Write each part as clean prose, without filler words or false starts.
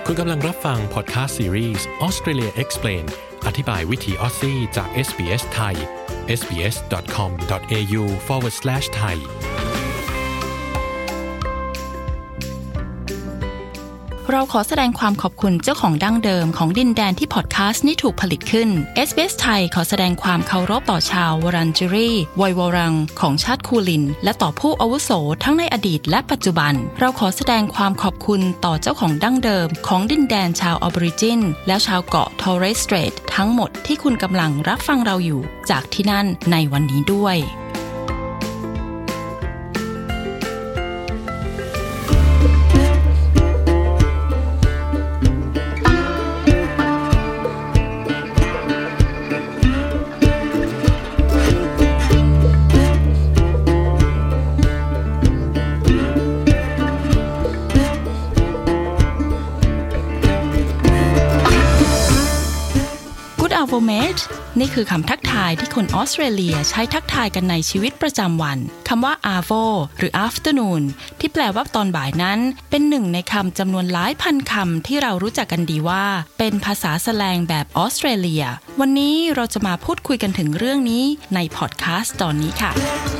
คุณกำลังรับฟังพอดคาสต์ซีรีส์ Australia Explain อธิบายวิถีออสซี่จาก SBS ไทย sbs.com.au/thai เราขอแสดงความขอบคุณเจ้าของดั้งเดิมของดินแดนที่พอดคาสต์นี้ถูกผลิตขึ้น SBS ไทยขอแสดงความเคารพต่อชาววรันจูรีวอยวอรังของชาติคูลินและต่อผู้อาวุโสทั้งในอดีตและปัจจุบันเราขอแสดงความขอบคุณต่อเจ้าของดั้งเดิมของดินแดนชาวออบอริจินและชาวเกาะทอร์เรสสเตรททั้งหมดที่คุณกำลังรับฟังเราอยู่จากที่นั่นในวันนี้ด้วยนี่คือคำทักทายที่คนออสเตรเลียใช้ทักทายกันในชีวิตประจำวันคำว่า arvo หรือ afternoon ที่แปลว่าตอนบ่ายนั้นเป็นหนึ่งในคำจำนวนหลายพันคำที่เรารู้จักกันดีว่าเป็นภาษาแสแลงแบบออสเตรเลียวันนี้เราจะมาพูดคุยกันถึงเรื่องนี้ในพอดคาสต์ตอนนี้ค่ะ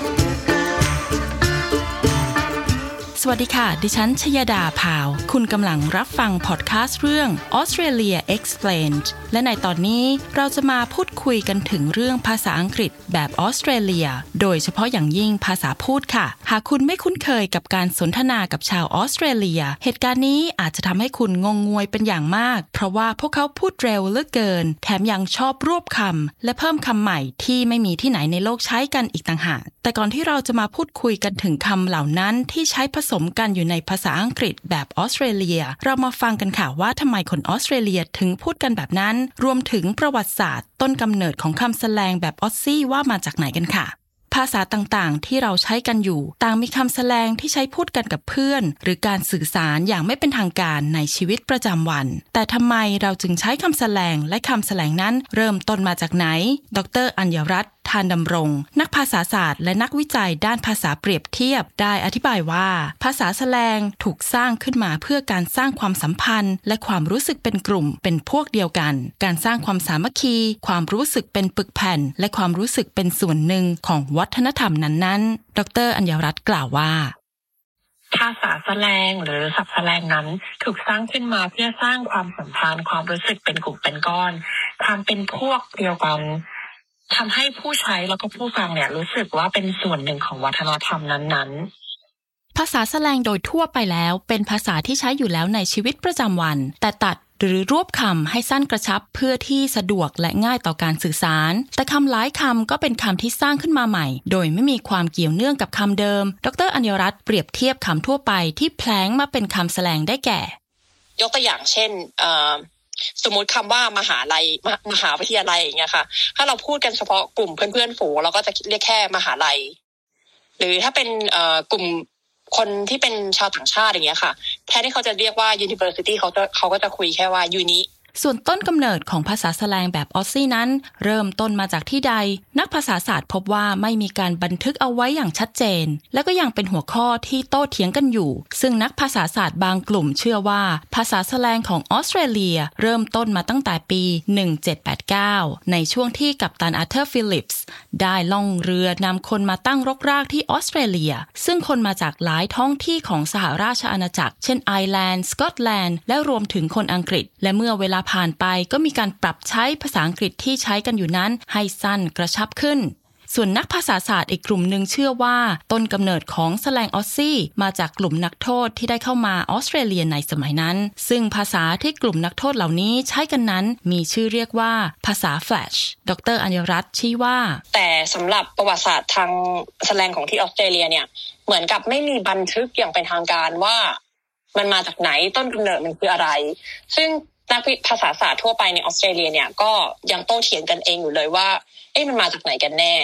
สวัสดีค่ะดิฉันชยดาพาวคุณกำลังรับฟังพอดคาสต์เรื่อง Australia Explained และในตอนนี้เราจะมาพูดคุยกันถึงเรื่องภาษาอังกฤษแบบออสเตรเลียโดยเฉพาะอย่างยิ่งภาษาพูดค่ะหากคุณไม่คุ้นเคยกับการสนทนากับชาวออสเตรเลียเหตุการณ์นี้อาจจะทำให้คุณงงงวยเป็นอย่างมากเพราะว่าพวกเขาพูดเร็วเหลือเกินแถมยังชอบรวบคำและเพิ่มคำใหม่ที่ไม่มีที่ไหนในโลกใช้กันอีกต่างหากแต่ก่อนที่เราจะมาพูดคุยกันถึงคำเหล่านั้นที่ใช้ผสมกันอยู่ในภาษาอังกฤษแบบออสเตรเลียเรามาฟังกันค่ะว่าทำไมคนออสเตรเลียถึงพูดกันแบบนั้นรวมถึงประวัติศาสตร์ต้นกำเนิดของคำแสลงแบบออสซี่ว่ามาจากไหนกันค่ะภาษาต่างๆที่เราใช้กันอยู่ต่างมีคำแสลงที่ใช้พูดกันกับเพื่อนหรือการสื่อสารอย่างไม่เป็นทางการในชีวิตประจำวันแต่ทำไมเราจึงใช้คำแสลงและคำแสลงนั้นเริ่มต้นมาจากไหนดร.อัญญรัตน์ทานดำรงนักภาษาศาสตร์และนักวิจัยด้านภาษาเปรียบเทียบได้อธิบายว่าภาษาแสลงถูกสร้างขึ้นมาเพื่อการสร้างความสัมพันธ์และความรู้สึกเป็นกลุ่มเป็นพวกเดียวกันการสร้างความสามัคคีความรู้สึกเป็นปึกแผ่นและความรู้สึกเป็นส่วนหนึ่งของวัฒนธรรมนั้นๆดร.อัญญรัตน์กล่าวว่าภาษาแสลงหรือศัพท์แสลงนั้นถูกสร้างขึ้นมาเพื่อสร้างความสัมพันธ์ความรู้สึกเป็นกลุ่มเป็นก้อนความเป็นพวกเดียวกันทำให้ผู้ใช้แล้วก็ผู้ฟังเนี่ยรู้สึกว่าเป็นส่วนหนึ่งของวัฒนธรรมนั้นๆภาษาแสลงโดยทั่วไปแล้วเป็นภาษาที่ใช้อยู่แล้วในชีวิตประจำวันแต่ตัดหรือรวบคำให้สั้นกระชับเพื่อที่สะดวกและง่ายต่อการสื่อสารแต่คำหลายคำก็เป็นคำที่สร้างขึ้นมาใหม่โดยไม่มีความเกี่ยวเนื่องกับคำเดิมดร.อัญญรัตน์เปรียบเทียบคำทั่วไปที่แพลงมาเป็นคำแสลงได้แก่ยกตัวอย่างเช่นสมมุติคำว่ามหาลัยมหาวิทยาลัยอย่างเงี้ยค่ะถ้าเราพูดกันเฉพาะกลุ่มเพื่อนๆฝูงเราก็จะเรียกแค่มหาลัยหรือถ้าเป็นกลุ่มคนที่เป็นชาวต่างชาติอย่างเงี้ยค่ะแทนที่เขาจะเรียกว่า university เขาก็จะคุยแค่ว่า uni ส่วนต้นกำเนิดของภาษาแสลงแบบออสซี่นั้นเริ่มต้นมาจากที่ใดนักภาษาศาสตร์พบว่าไม่มีการบันทึกเอาไว้อย่างชัดเจนและก็ยังเป็นหัวข้อที่โต้เถียงกันอยู่ซึ่งนักภาษาศาสตร์บางกลุ่มเชื่อว่าภาษาแสลงของออสเตรเลียเริ่มต้นมาตั้งแต่ปี 1789 ในช่วงที่กัปตันอาร์เธอร์ฟิลิปส์ได้ล่องเรือนำคนมาตั้งรกรากที่ออสเตรเลียซึ่งคนมาจากหลายท้องที่ของสหราชอาณาจักรเช่นไอร์แลนด์สกอตแลนด์และรวมถึงคนอังกฤษและเมื่อเวลาผ่านไปก็มีการปรับใช้ภาษาอังกฤษที่ใช้กันอยู่นั้นให้สั้นกระชับขึ้นส่วนนักภาษาศาสตร์อีกกลุ่มหนึ่งเชื่อว่าต้นกำเนิดของแสลงออสซี่มาจากกลุ่มนักโทษที่ได้เข้ามาออสเตรเลียในสมัยนั้นซึ่งภาษาที่กลุ่มนักโทษเหล่านี้ใช้กันนั้นมีชื่อเรียกว่าภาษาแฟลชดร.อัญญรัตน์ชี้ว่าแต่สำหรับประวัติศาสตร์ทางแสลงของที่ออสเตรเลียเนี่ยเหมือนกับไม่มีบันทึกอย่างเป็นทางการว่ามันมาจากไหนต้นกำเนิดมันคืออะไรซึ่งนักภาษาศาสตร์ทั่วไปในออสเตรเลียเนี่ยก็ยังโต้เถียงกันเองอยู่เลยว่ามันมาจากไหนกันแน่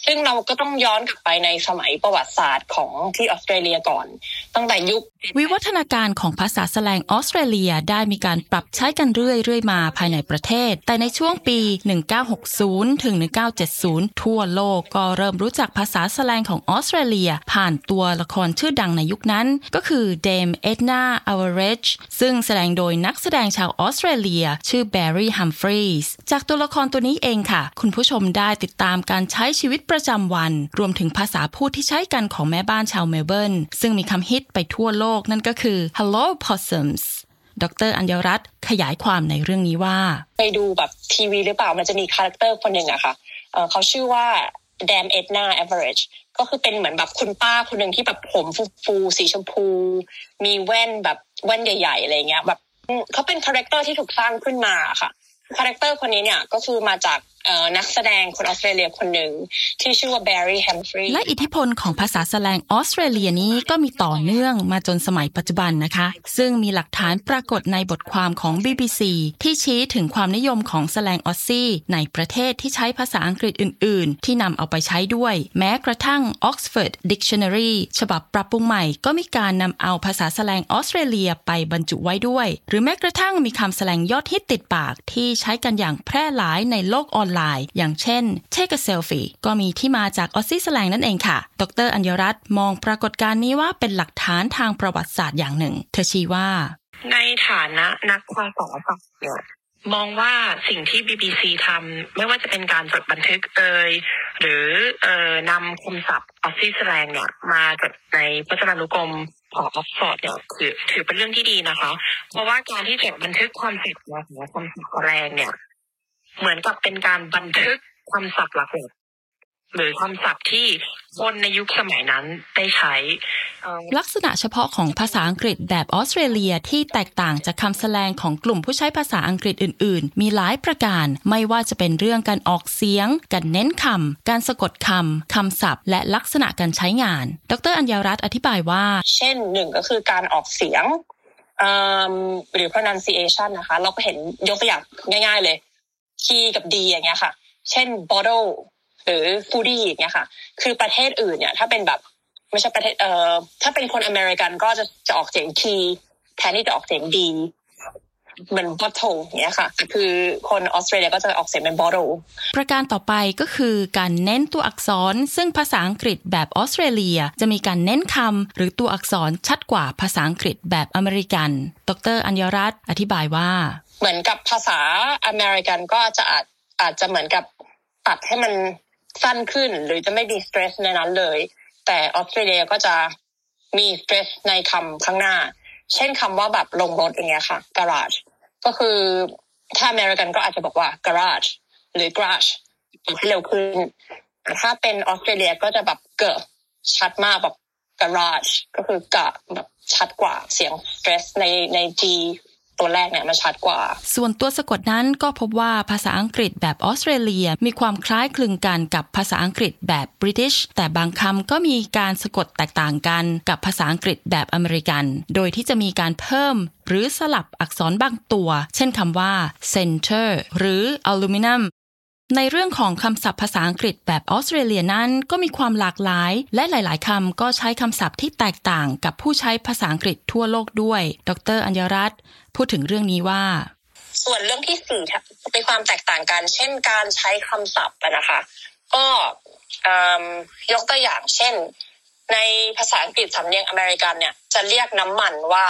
ซึ่งเราก็ต้องย้อนกลับไปในสมัยประวัติศาสตร์ของที่ออสเตรเลียก่อนตั้งแต่ยุควิวัฒนาการของภาษาแสแลงออสเตรเลียได้มีการปรับใช้กันเรื่อยมาภายในประเทศแต่ในช่วงปี 1960 ถึง 1970 ทั่วโลกก็เริ่มรู้จักภาษาแสแลงของออสเตรเลียผ่านตัวละครชื่อดังในยุคนั้นก็คือเดมเอ็ดนาอัลวาเรจซึ่งแสดงโดยนักแสดงชาวออสเตรเลียชื่อแบร์รี่ฮัมฟรีส์จากตัวละครตัวนี้เองค่ะคุณผู้ชมได้ติดตามการใช้ชีวิตประจำวันรวมถึงภาษาพูดที่ใช้กันของแม่บ้านชาวเมลเบิร์นซึ่งมีคำฮิตไปทั่วโลกนั่นก็คือ Hello Possums ดร.อัญญรัตน์ขยายความในเรื่องนี้ว่าไปดูแบบทีวีหรือเปล่ามันจะมีคาแรคเตอร์คนหนึ่งอะค่ะเขาชื่อว่าแดมเอ็ดนาเอเวอเรจก็คือเป็นเหมือนแบบคุณป้าคนหนึ่งที่แบบผมฟูๆสีชมพูมีแว่นแบบแว่นใหญ่ๆอะไรเงี้ยแบบเขาเป็นคาแรคเตอร์ที่ถูกสร้างขึ้นมาค่ะคาแรคเตอร์คนนี้เนี่ยก็คือมาจากนักแสดงคนออสเตรเลียคนหนึ่งที่ชื่อว่าแบร์รี่แฮมฟรีย์และอิทธิพลของภาษาแสแลงออสเตรเลียนี้ก็มีต่อเนื่องมาจนสมัยปัจจุบันนะคะซึ่งมีหลักฐานปรากฏในบทความของ BBC ที่ชี้ถึงความนิยมของแสแลงออสซี่ในประเทศที่ใช้ภาษาอังกฤษอื่นๆที่นำเอาไปใช้ด้วยแม้กระทั่ง Oxford Dictionary ฉบับปรับปรุงใหม่ก็มีการนำเอาภาษาแสแลงออสเตรเลียไปบรรจุไว้ด้วยหรือแม้กระทั่งมีคำแสแลงยอดฮิตติดปากที่ใช้กันอย่างแพร่หลายในโลกออนไลน์อย่างเช่น Take a selfie ก็มีที่มาจากออสซี่แสแลงนั่นเองค่ะดร.อัญญรัตน์มองปรากฏการณ์นี้ว่าเป็นหลักฐานทางประวัติศาสตร์อย่างหนึ่งเธอชี้ว่าในฐานะนักภาษาศาสตร์เนี่ยมองว่าสิ่งที่ BBC ทำไม่ว่าจะเป็นการจดบันทึกหรือนำคำศัพท์ออสซี่แสแลงเนี่ยมาจดในพจนานุกรมของออกฟอร์ดเนี่ยถือเป็นเรื่องที่ดีนะคะเพราะว่าการที่จดบันทึกความศัพท์ของคำศัพท์แสแลงเนี่ยเหมือนกับเป็นการบันทึกคำศัพท์หลักหรือคำศัพท์ที่คนในยุคสมัยนั้นได้ใช้ลักษณะเฉพาะของภาษาอังกฤษแบบออสเตรเลียที่แตกต่างจากคำแสแลงของกลุ่มผู้ใช้ภาษาอังกฤษอื่นๆมีหลายประการไม่ว่าจะเป็นเรื่องการออกเสียงการเน้นคำการสะกดคำศัพท์และลักษณะการใช้งานดร.อัญญรัตน์อธิบายว่าเช่นหนึ่งก็คือการออกเสียงหรือ pronunciation นะคะเราก็เห็นยกตัวอย่างง่ายๆเลยT กับ D อย่างเงี้ยค่ะเช่น bottle หรือ foodie อย่างเงี้ยค่ะคือประเทศอื่นเนี่ยถ้าเป็นแบบไม่ใช่ประเทศถ้าเป็นคนอเมริกันก็จะออกเสียง T แทนที่จะออกเสียง D เหมือน bottle อย่างเงี้ยค่ะคือคนออสเตรเลียก็จะออกเสียงเป็น bottle ประการต่อไปก็คือการเน้นตัวอักษรซึ่งภาษาอังกฤษแบบออสเตรเลียจะมีการเน้นคำหรือตัวอักษรชัดกว่าภาษาอังกฤษแบบอเมริกันดร.อัญญรัตน์อธิบายว่าเหมือนกับภาษาอเมริกันก็อาจจะเหมือนกับตัดให้มันสั้นขึ้นหรือจะไม่มีสเตรสในนั้นเลยแต่ออสเตรเลียก็จะมีสเตรสในคำข้างหน้าเช่นคำว่าแบบลงรถอย่างเงี้ยค่ะ garage ก็คือถ้าอเมริกันก็อาจจะบอกว่า garage หรือ garage ให้เร็วขึ้นแต่ถ้าเป็นออสเตรเลียก็จะแบบเกะชัดมากแบบ garage ก็คือกะแบบชัดกว่าเสียงสเตรสใน Gตัวแรกเนี่ยมันชัดกว่าส่วนตัวสะกดนั้นก็พบว่าภาษาอังกฤษแบบออสเตรเลียมีความคล้ายคลึงกันกับภาษาอังกฤษแบบบริติชแต่บางคำก็มีการสะกดแตกต่างกันกับภาษาอังกฤษแบบอเมริกันโดยที่จะมีการเพิ่มหรือสลับอักษรบางตัวเช่นคำว่า center หรือ aluminumในเรื่องของคำศัพท์ภาษาอังกฤษแบบออสเตรเลียนั้นก็มีความหลากหลายและหลายๆคำก็ใช้คำศัพท์ที่แตกต่างกับผู้ใช้ภาษาอังกฤษทั่วโลกด้วยดร.อัญญรัตน์พูดถึงเรื่องนี้ว่าส่วนเรื่องที่4ค่ะเป็นความแตกต่างกันเช่นการใช้คำศัพท์นะคะก็ยกตัวอย่างเช่นในภาษาอังกฤษสำเนียงอเมริกันเนี่ยจะเรียกน้ำมันว่า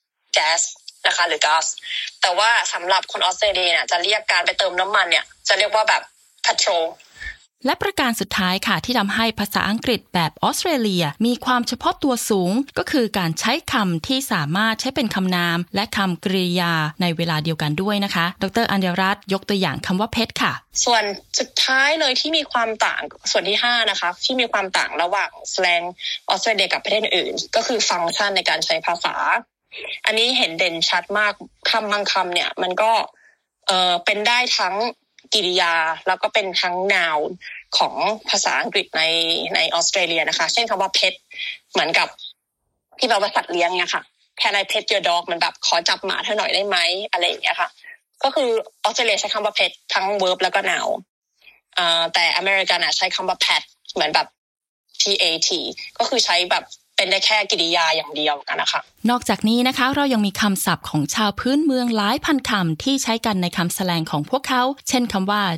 gas นะคะหรือ gas แต่ว่าสำหรับคนออสเตรเลียเนี่ยจะเรียกการไปเติมน้ำมันเนี่ยจะเรียกว่าแบบ petrol และประการสุดท้ายค่ะที่ทำให้ภาษาอังกฤษแบบออสเตรเลียมีความเฉพาะตัวสูงก็คือการใช้คำที่สามารถใช้เป็นคำนามและคำกริยาในเวลาเดียวกันด้วยนะคะดร.อัญญรัตน์ยกตัวอย่างคำว่าเพชรค่ะส่วนสุดท้ายเลยที่มีความต่างส่วนที่5นะคะที่มีความต่างระหว่างแสแลงออสเตรเลียกับประเทศอื่นก็คือฟังก์ชันในการใช้ภาษาอันนี้เห็นเด่นชัดมากคำบางคำเนี่ยมันก็เป็นได้ทั้งกริยาแล้วก็เป็นทั้ง noun ของภาษาอังกฤษในออสเตรเลียนะคะเช่นคำว่า pet เหมือนกับที่แปลว่าสัตว์เลี้ยงเนี่ยค่ะ Can I pet your dog มันแบบขอจับหมาเธอหน่อยได้ไหมอะไรอย่างเงี้ยค่ะก็คือออสเตรเลียใช้คำว่า pet ทั้ง verb แล้วก็ noun แต่อเมริกันใช้คำว่า pet เหมือนแบบ TAT ก็คือใช้แบบเป็นได้แค่กริยาอย่างเดียวกันนะคะนอกจากนี้นะคะเรายังมีคำศัพท์ของชาวพื้นเมืองหลายพันคำที่ใช้กันในคำแสลงของพวกเขาเช่นคำว่า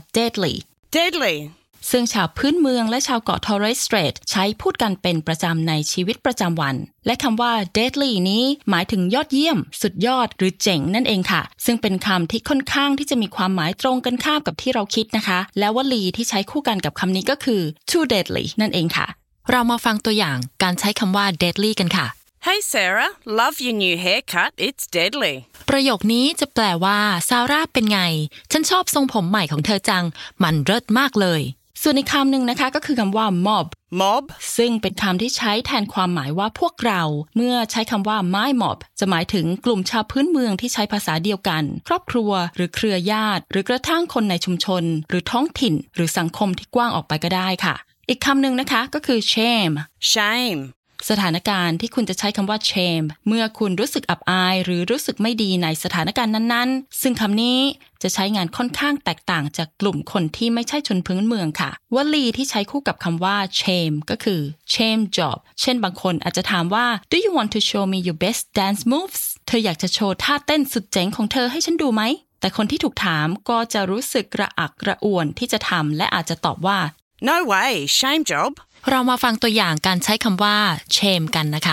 deadly ซึ่งชาวพื้นเมืองและชาวเกาะ Torres Strait ใช้พูดกันเป็นประจำในชีวิตประจำวันและคำว่า deadly นี้หมายถึงยอดเยี่ยมสุดยอดหรือเจ๋งนั่นเองค่ะซึ่งเป็นคำที่ค่อนข้างที่จะมีความหมายตรงกันข้ามกับที่เราคิดนะคะและวลีที่ใช้คู่กันกับคำนี้ก็คือ too deadly นั่นเองค่ะเรามาฟังตัวอย่างการใช้คำว่า deadly กันค่ะ Hey Sarah, love your new haircut. It's deadly. ประโยคนี้จะแปลว่าซาร่าเป็นไงฉันชอบทรงผมใหม่ของเธอจังมันเลิศมากเลยส่วนอีกคำหนึ่งนะคะก็คือคำว่า mob ซึ่งเป็นคำที่ใช้แทนความหมายว่าพวกเราเมื่อใช้คำว่า my mob จะหมายถึงกลุ่มชาวพื้นเมืองที่ใช้ภาษาเดียวกันครอบครัวหรือเครือญาติหรือกระทั่งคนในชุมชนหรือท้องถิ่นหรือสังคมที่กว้างออกไปก็ได้ค่ะอีกคำหนึ่งนะคะก็คือ shame สถานการณ์ที่คุณจะใช้คำว่า shame เมื่อคุณรู้สึกอับอายหรือรู้สึกไม่ดีในสถานการณ์นั้นๆซึ่งคำนี้จะใช้งานค่อนข้างแตกต่างจากกลุ่มคนที่ไม่ใช่ชนพื้นเมืองค่ะวลีที่ใช้คู่กับคำว่า shame ก็คือ shame job เช่นบางคนอาจจะถามว่า Do you want to show me your best dance moves เธออยากจะโชว์ท่าเต้นสุดเจ๋งของเธอให้ฉันดูไหมแต่คนที่ถูกถามก็จะรู้สึกกระอักกระอ่วนที่จะทำและอาจจะตอบว่า No way, shame job. เรามาฟังตัวอย่างการใช้คำว่า shame กันนะคะ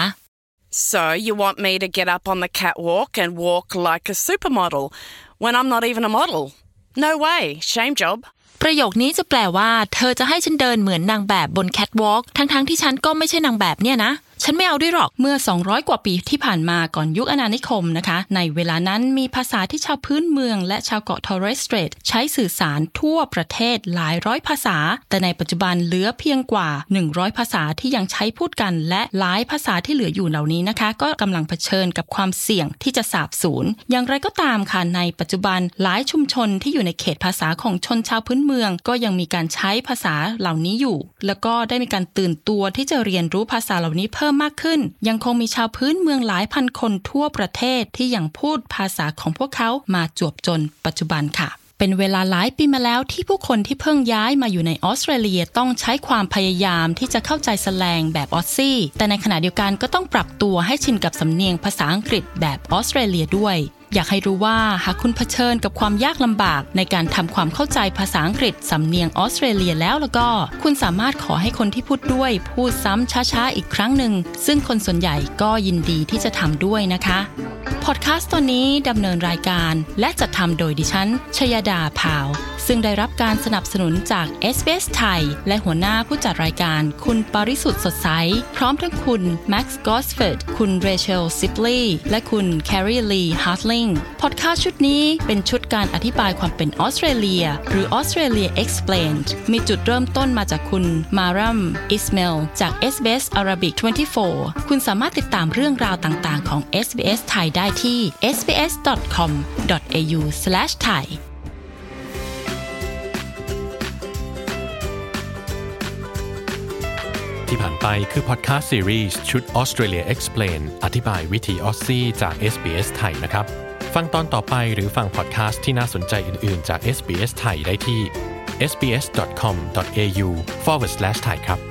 So you want me to get up on the catwalk and walk like a supermodel when I'm not even a model? No way, shame job. ประโยคนี้จะแปลว่าเธอจะให้ฉันเดินเหมือนนางแบบบนแคทวอล์กทั้งที่ฉันก็ไม่ใช่นางแบบเนี่ยนะฉันไม่เอาด้วยหรอกเมื่อ200กว่าปีที่ผ่านมาก่อนยุคอาณานิคมนะคะในเวลานั้นมีภาษาที่ชาวพื้นเมืองและชาวเกาะ Torres Strait ใช้สื่อสารทั่วประเทศหลายร้อยภาษาแต่ในปัจจุบันเหลือเพียงกว่า100ภาษาที่ยังใช้พูดกันและหลายภาษาที่เหลืออยู่เหล่านี้นะคะก็กำลังเผชิญกับความเสี่ยงที่จะสาบสูญอย่างไรก็ตามค่ะในปัจจุบันหลายชุมชนที่อยู่ในเขตภาษาของชนชาวพื้นเมืองก็ยังมีการใช้ภาษาเหล่านี้อยู่แล้วก็ได้มีการตื่นตัวที่จะเรียนรู้ภาษาเหล่านี้เพิ่มมากขึ้นยังคงมีชาวพื้นเมืองหลายพันคนทั่วประเทศที่ยังพูดภาษาของพวกเขามาจวบจนปัจจุบันค่ะเป็นเวลาหลายปีมาแล้วที่ผู้คนที่เพิ่งย้ายมาอยู่ในออสเตรเลียต้องใช้ความพยายามที่จะเข้าใจแสแลงแบบออสซี่แต่ในขณะเดียวกันก็ต้องปรับตัวให้ชินกับสำเนียงภาษาอังกฤษแบบออสเตรเลียด้วยอยากให้รู้ว่าหากคุณเผชิญกับความยากลำบากในการทำความเข้าใจภาษาอังกฤษสำเนียงออสเตรเลียแล้วก็คุณสามารถขอให้คนที่พูดด้วยพูดซ้ำช้าๆอีกครั้งหนึ่งซึ่งคนส่วนใหญ่ก็ยินดีที่จะทำด้วยนะคะพอดแคสต์ตอนนี้ดำเนินรายการและจัดทำโดยดิฉันชยดาพาวซึ่งได้รับการสนับสนุนจาก SBS ไทยและหัวหน้าผู้จัดรายการคุณปริสุทธิ์สดใสพร้อมทั้งคุณแม็กซ์กอสฟอร์ดคุณเรเชลซิปลีย์และคุณแคร์รีลีฮาร์ทลิงพอดแคสต์ชุดนี้เป็นชุดการอธิบายความเป็นออสเตรเลียหรือ Australia Explained มีจุดเริ่มต้นมาจากคุณมารัมอิสเมลจาก SBS Arabic 24คุณสามารถติดตามเรื่องราวต่างๆของ SBS ไทยได้ที่ sbs.com.au/thai ที่ผ่านไปคือพอดแคสต์ซีรีส์ชุด Australia Explain อธิบายวิธีออสซี่จาก SBS ไทยนะครับฟังตอนต่อไปหรือฟังพอดแคสต์ที่น่าสนใจอื่นๆจาก SBS ไทยได้ที่ sbs.com.au/thai ครับ